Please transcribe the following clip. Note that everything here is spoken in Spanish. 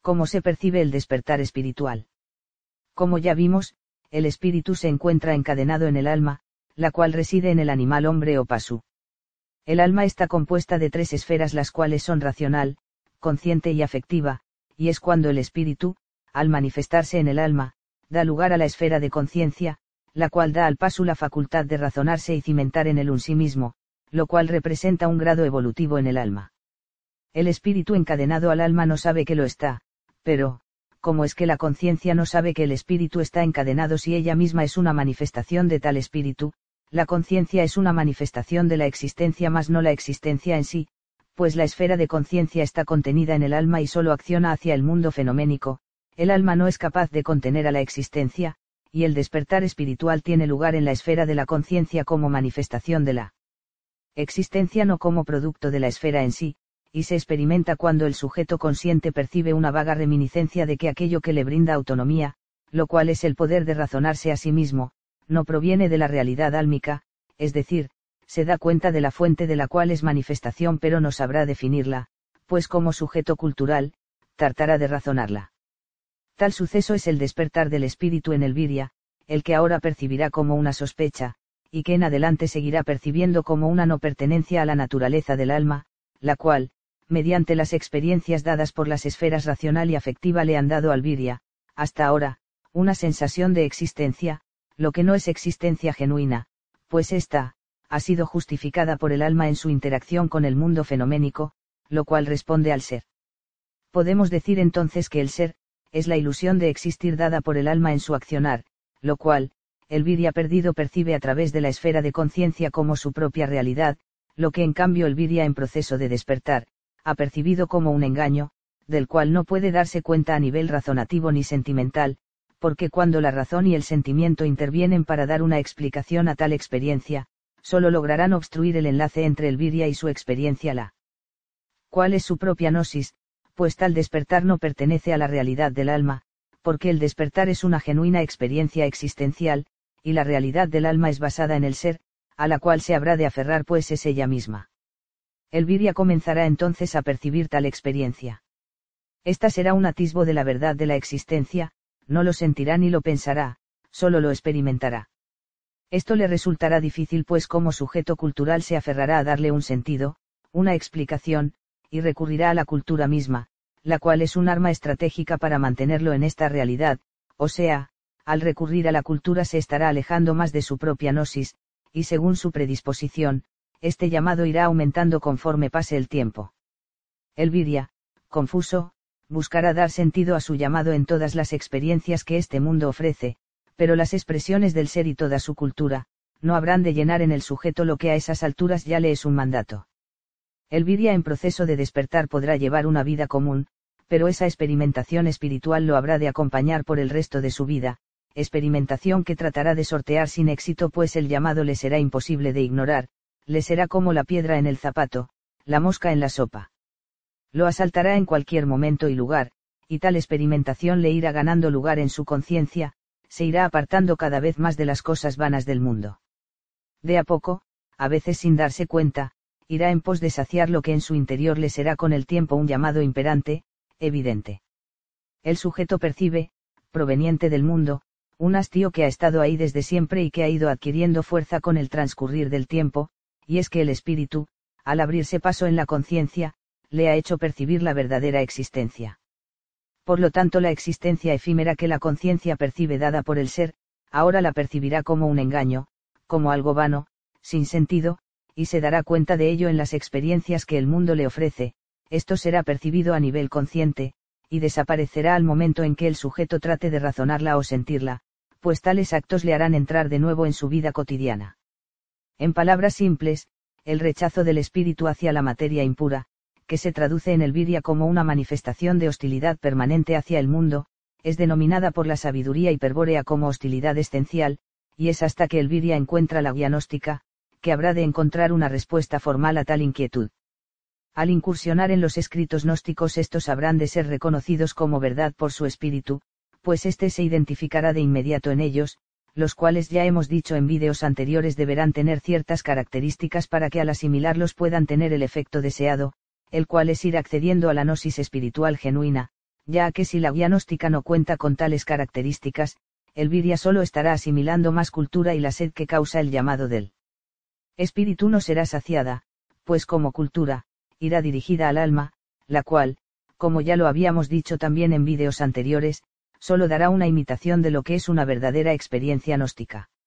¿Cómo se percibe el despertar espiritual? Como ya vimos, el espíritu se encuentra encadenado en el alma, la cual reside en el animal hombre o pasú. El alma está compuesta de 3 esferas, las cuales son racional, consciente y afectiva, y es cuando el espíritu, al manifestarse en el alma, da lugar a la esfera de conciencia, la cual da al pasú la facultad de razonarse y cimentar en él un sí mismo, lo cual representa un grado evolutivo en el alma. El espíritu encadenado al alma no sabe que lo está, pero, ¿cómo es que la conciencia no sabe que el espíritu está encadenado si ella misma es una manifestación de tal espíritu? La conciencia es una manifestación de la existencia más no la existencia en sí, pues la esfera de conciencia está contenida en el alma y solo acciona hacia el mundo fenoménico. El alma no es capaz de contener a la existencia, y el despertar espiritual tiene lugar en la esfera de la conciencia como manifestación de la existencia, no como producto de la esfera en sí, y se experimenta cuando el sujeto consciente percibe una vaga reminiscencia de que aquello que le brinda autonomía, lo cual es el poder de razonarse a sí mismo, no proviene de la realidad álmica, es decir, se da cuenta de la fuente de la cual es manifestación pero no sabrá definirla, pues como sujeto cultural, tratará de razonarla. Tal suceso es el despertar del espíritu en el virya, el que ahora percibirá como una sospecha, y que en adelante seguirá percibiendo como una no pertenencia a la naturaleza del alma, la cual, mediante las experiencias dadas por las esferas racional y afectiva le han dado al virya, hasta ahora, una sensación de existencia, lo que no es existencia genuina, pues ésta, ha sido justificada por el alma en su interacción con el mundo fenoménico, lo cual responde al ser. Podemos decir entonces que el ser, es la ilusión de existir dada por el alma en su accionar, lo cual, el virya perdido percibe a través de la esfera de conciencia como su propia realidad, lo que en cambio el virya en proceso de despertar, ha percibido como un engaño, del cual no puede darse cuenta a nivel razonativo ni sentimental, porque cuando la razón y el sentimiento intervienen para dar una explicación a tal experiencia, solo lograrán obstruir el enlace entre el virya y su experiencia, la cual es su propia gnosis, pues tal despertar no pertenece a la realidad del alma, porque el despertar es una genuina experiencia existencial, y la realidad del alma es basada en el ser, a la cual se habrá de aferrar pues es ella misma. El virya comenzará entonces a percibir tal experiencia. Esta será un atisbo de la verdad de la existencia, no lo sentirá ni lo pensará, solo lo experimentará. Esto le resultará difícil pues como sujeto cultural se aferrará a darle un sentido, una explicación, y recurrirá a la cultura misma, la cual es un arma estratégica para mantenerlo en esta realidad, o sea, al recurrir a la cultura se estará alejando más de su propia gnosis, y según su predisposición, este llamado irá aumentando conforme pase el tiempo. El virya, confuso, buscará dar sentido a su llamado en todas las experiencias que este mundo ofrece, pero las expresiones del ser y toda su cultura, no habrán de llenar en el sujeto lo que a esas alturas ya le es un mandato. El virya en proceso de despertar podrá llevar una vida común, pero esa experimentación espiritual lo habrá de acompañar por el resto de su vida, experimentación que tratará de sortear sin éxito pues el llamado le será imposible de ignorar, le será como la piedra en el zapato, la mosca en la sopa. Lo asaltará en cualquier momento y lugar, y tal experimentación le irá ganando lugar en su conciencia, se irá apartando cada vez más de las cosas vanas del mundo. De a poco, a veces sin darse cuenta, irá en pos de saciar lo que en su interior le será con el tiempo un llamado imperante, evidente. El sujeto percibe, proveniente del mundo, un hastío que ha estado ahí desde siempre y que ha ido adquiriendo fuerza con el transcurrir del tiempo, y es que el espíritu, al abrirse paso en la conciencia, le ha hecho percibir la verdadera existencia. Por lo tanto la existencia efímera que la conciencia percibe dada por el ser, ahora la percibirá como un engaño, como algo vano, sin sentido, y se dará cuenta de ello en las experiencias que el mundo le ofrece, esto será percibido a nivel consciente, y desaparecerá al momento en que el sujeto trate de razonarla o sentirla, pues tales actos le harán entrar de nuevo en su vida cotidiana. En palabras simples, el rechazo del espíritu hacia la materia impura, que se traduce en el virya como una manifestación de hostilidad permanente hacia el mundo, es denominada por la sabiduría hiperbórea como hostilidad esencial, y es hasta que el virya encuentra la gnóstica, que habrá de encontrar una respuesta formal a tal inquietud. Al incursionar en los escritos gnósticos estos habrán de ser reconocidos como verdad por su espíritu, pues éste se identificará de inmediato en ellos, los cuales ya hemos dicho en vídeos anteriores deberán tener ciertas características para que al asimilarlos puedan tener el efecto deseado, el cual es ir accediendo a la gnosis espiritual genuina, ya que si la guía gnóstica no cuenta con tales características, el Virya solo estará asimilando más cultura y la sed que causa el llamado del espíritu no será saciada, pues como cultura, irá dirigida al alma, la cual, como ya lo habíamos dicho también en vídeos anteriores, solo dará una imitación de lo que es una verdadera experiencia gnóstica.